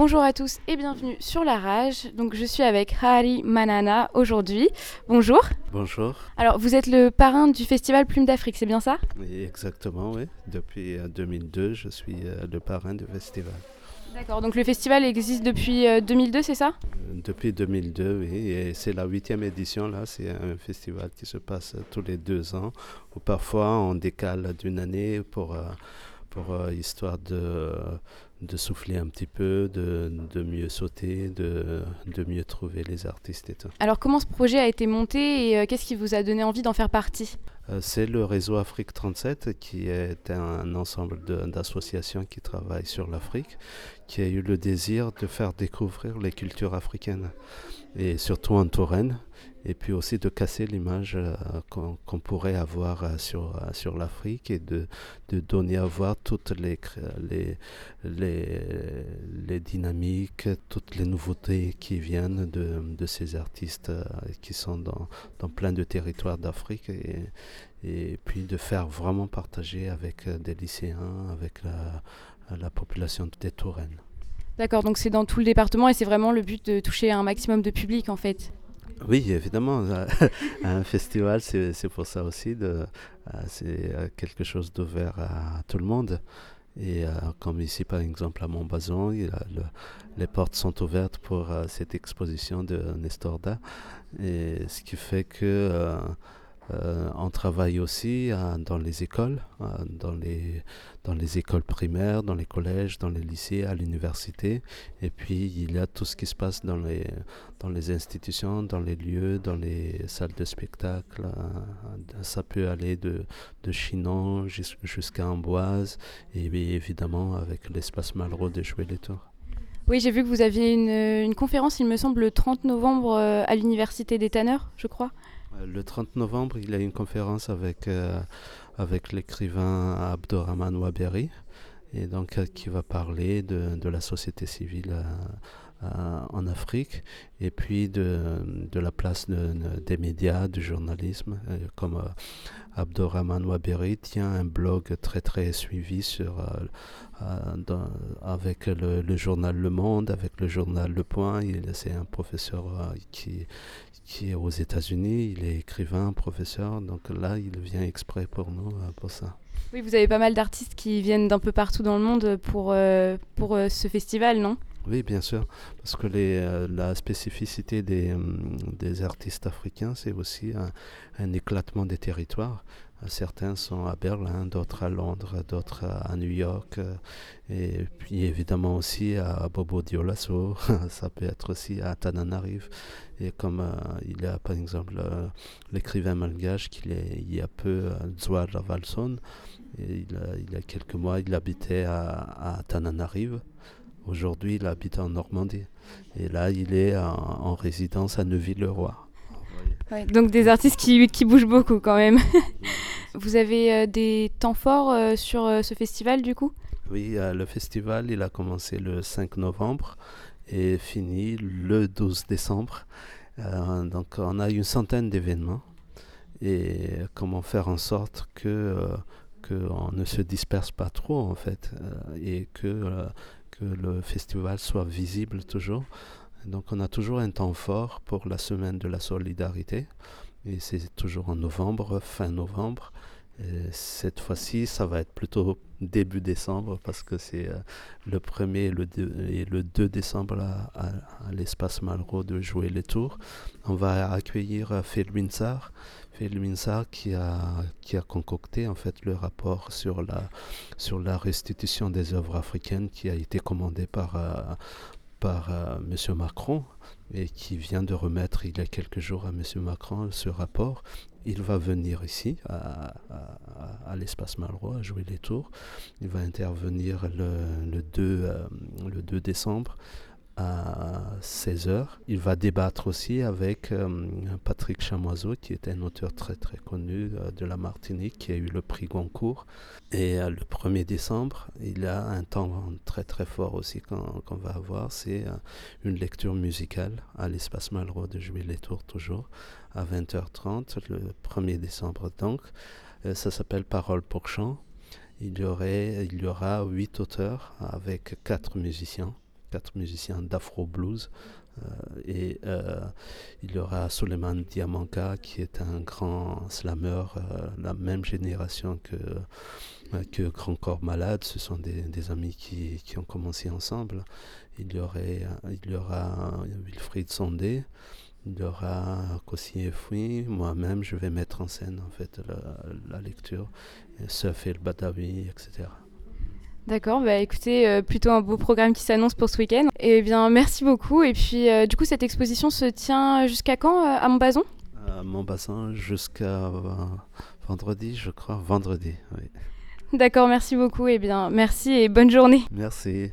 Bonjour à tous et bienvenue sur La Rage. Donc je suis avec Hari Manana aujourd'hui. Bonjour. Bonjour. Alors vous êtes le parrain du festival Plume d'Afrique, c'est bien ça? Oui, exactement, oui. Depuis 2002, je suis le parrain du festival. D'accord, donc le festival existe depuis 2002, c'est ça? Depuis 2002, oui, et c'est la 8e édition, là. C'est un festival qui se passe tous les 2 ans, ou parfois on décale d'une année pour histoire de souffler un petit peu, de mieux sauter, de mieux trouver les artistes et tout. Alors comment ce projet a été monté et qu'est-ce qui vous a donné envie d'en faire partie? C'est le réseau Afrique 37 qui est un ensemble d'associations qui travaillent sur l'Afrique, qui a eu le désir de faire découvrir les cultures africaines, et surtout en Touraine, et puis aussi de casser l'image qu'on pourrait avoir sur l'Afrique, et de donner à voir toutes les, les dynamiques, toutes les nouveautés qui viennent de ces artistes qui sont dans plein de territoires d'Afrique, et puis de faire vraiment partager avec des lycéens, avec la population des Touraines. D'accord, donc c'est dans tout le département et c'est vraiment le but de toucher un maximum de public en fait. Oui, évidemment, un festival, c'est pour ça aussi, c'est quelque chose d'ouvert à tout le monde. Et comme ici, par exemple, à Montbazon, les portes sont ouvertes pour cette exposition de Nestorda. Et ce qui fait que on travaille aussi dans les écoles, dans les écoles primaires, dans les collèges, dans les lycées, à l'université. Et puis, il y a tout ce qui se passe dans les institutions, dans les lieux, dans les salles de spectacle. Ça peut aller de Chinon jusqu'à Amboise, et bien, évidemment avec l'espace Malraux de Jouer les Tours. Oui, j'ai vu que vous aviez une conférence, il me semble, le 30 novembre à l'université des Tanneurs, je crois. Le 30 novembre, il y a une conférence avec l'écrivain Abdurrahman Waberi, et donc qui va parler de la société civile en Afrique, et puis de la place des médias, du journalisme, comme Abdurrahman Waberi tient un blog très très suivi avec le journal Le Monde, avec le journal Le Point. C'est un professeur qui est aux États-Unis, il est écrivain, professeur, donc là il vient exprès pour nous, pour ça. Oui, vous avez pas mal d'artistes qui viennent d'un peu partout dans le monde pour ce festival, non? Oui, bien sûr, parce que la spécificité des artistes africains, c'est aussi un éclatement des territoires. Certains sont à Berlin, d'autres à Londres, d'autres à New York, et puis évidemment aussi à Bobo Dioulasso, ça peut être aussi à Tananarive. Et comme il y a par exemple l'écrivain malgache il y a peu, Zouad Ravalson, et il y a quelques mois, il habitait à Tananarive. Aujourd'hui, il habite en Normandie. Et là, il est en résidence à Neuville-le-Roi. Ouais, donc des artistes qui bougent beaucoup quand même. Vous avez des temps forts sur ce festival du coup? Oui, le festival, il a commencé le 5 novembre et fini le 12 décembre. Donc, on a une centaine d'événements. Et comment faire en sorte qu'on ne se disperse pas trop, en fait, et que le festival soit visible toujours. Donc on a toujours un temps fort pour la semaine de la solidarité, et c'est toujours en novembre, fin novembre. Et cette fois-ci, ça va être plutôt début décembre, parce que c'est le 1er et le 2 décembre à l'espace Malraux de Jouer les Tours. On va accueillir Felwinsar qui a concocté en fait le rapport sur la restitution des œuvres africaines, qui a été commandé par M. Macron, et qui vient de remettre il y a quelques jours à M. Macron ce rapport. Il va venir ici à l'espace Malraux à Jouer les Tours. Il va intervenir le 2 décembre à 16h. Il va débattre aussi avec Patrick Chamoiseau, qui est un auteur très très connu de la Martinique, qui a eu le prix Goncourt. Et le 1er décembre, il a un temps très très fort aussi qu'on va avoir, c'est une lecture musicale à l'espace Malraux de Jouer les Tours, toujours à 20h30, le 1er décembre donc. Ça s'appelle Paroles pour chant. Il y aura 8 auteurs avec 4 musiciens 4 musiciens d'Afro Blues. Et il y aura Suleiman Diamanka qui est un grand slammer, la même génération que Grand Corps Malade. Ce sont des amis qui ont commencé ensemble. Il y aura Wilfried Sondé, il y aura Kossi Efoui, moi-même je vais mettre en scène en fait la lecture, Seuf El Badawi, etc. D'accord, bah écoutez, plutôt un beau programme qui s'annonce pour ce week-end. Et bien, merci beaucoup. Et puis, du coup, cette exposition se tient jusqu'à quand à Montbazon ? À Montbazon jusqu'à vendredi, je crois. Vendredi, oui. D'accord, merci beaucoup. Et bien, merci et bonne journée. Merci.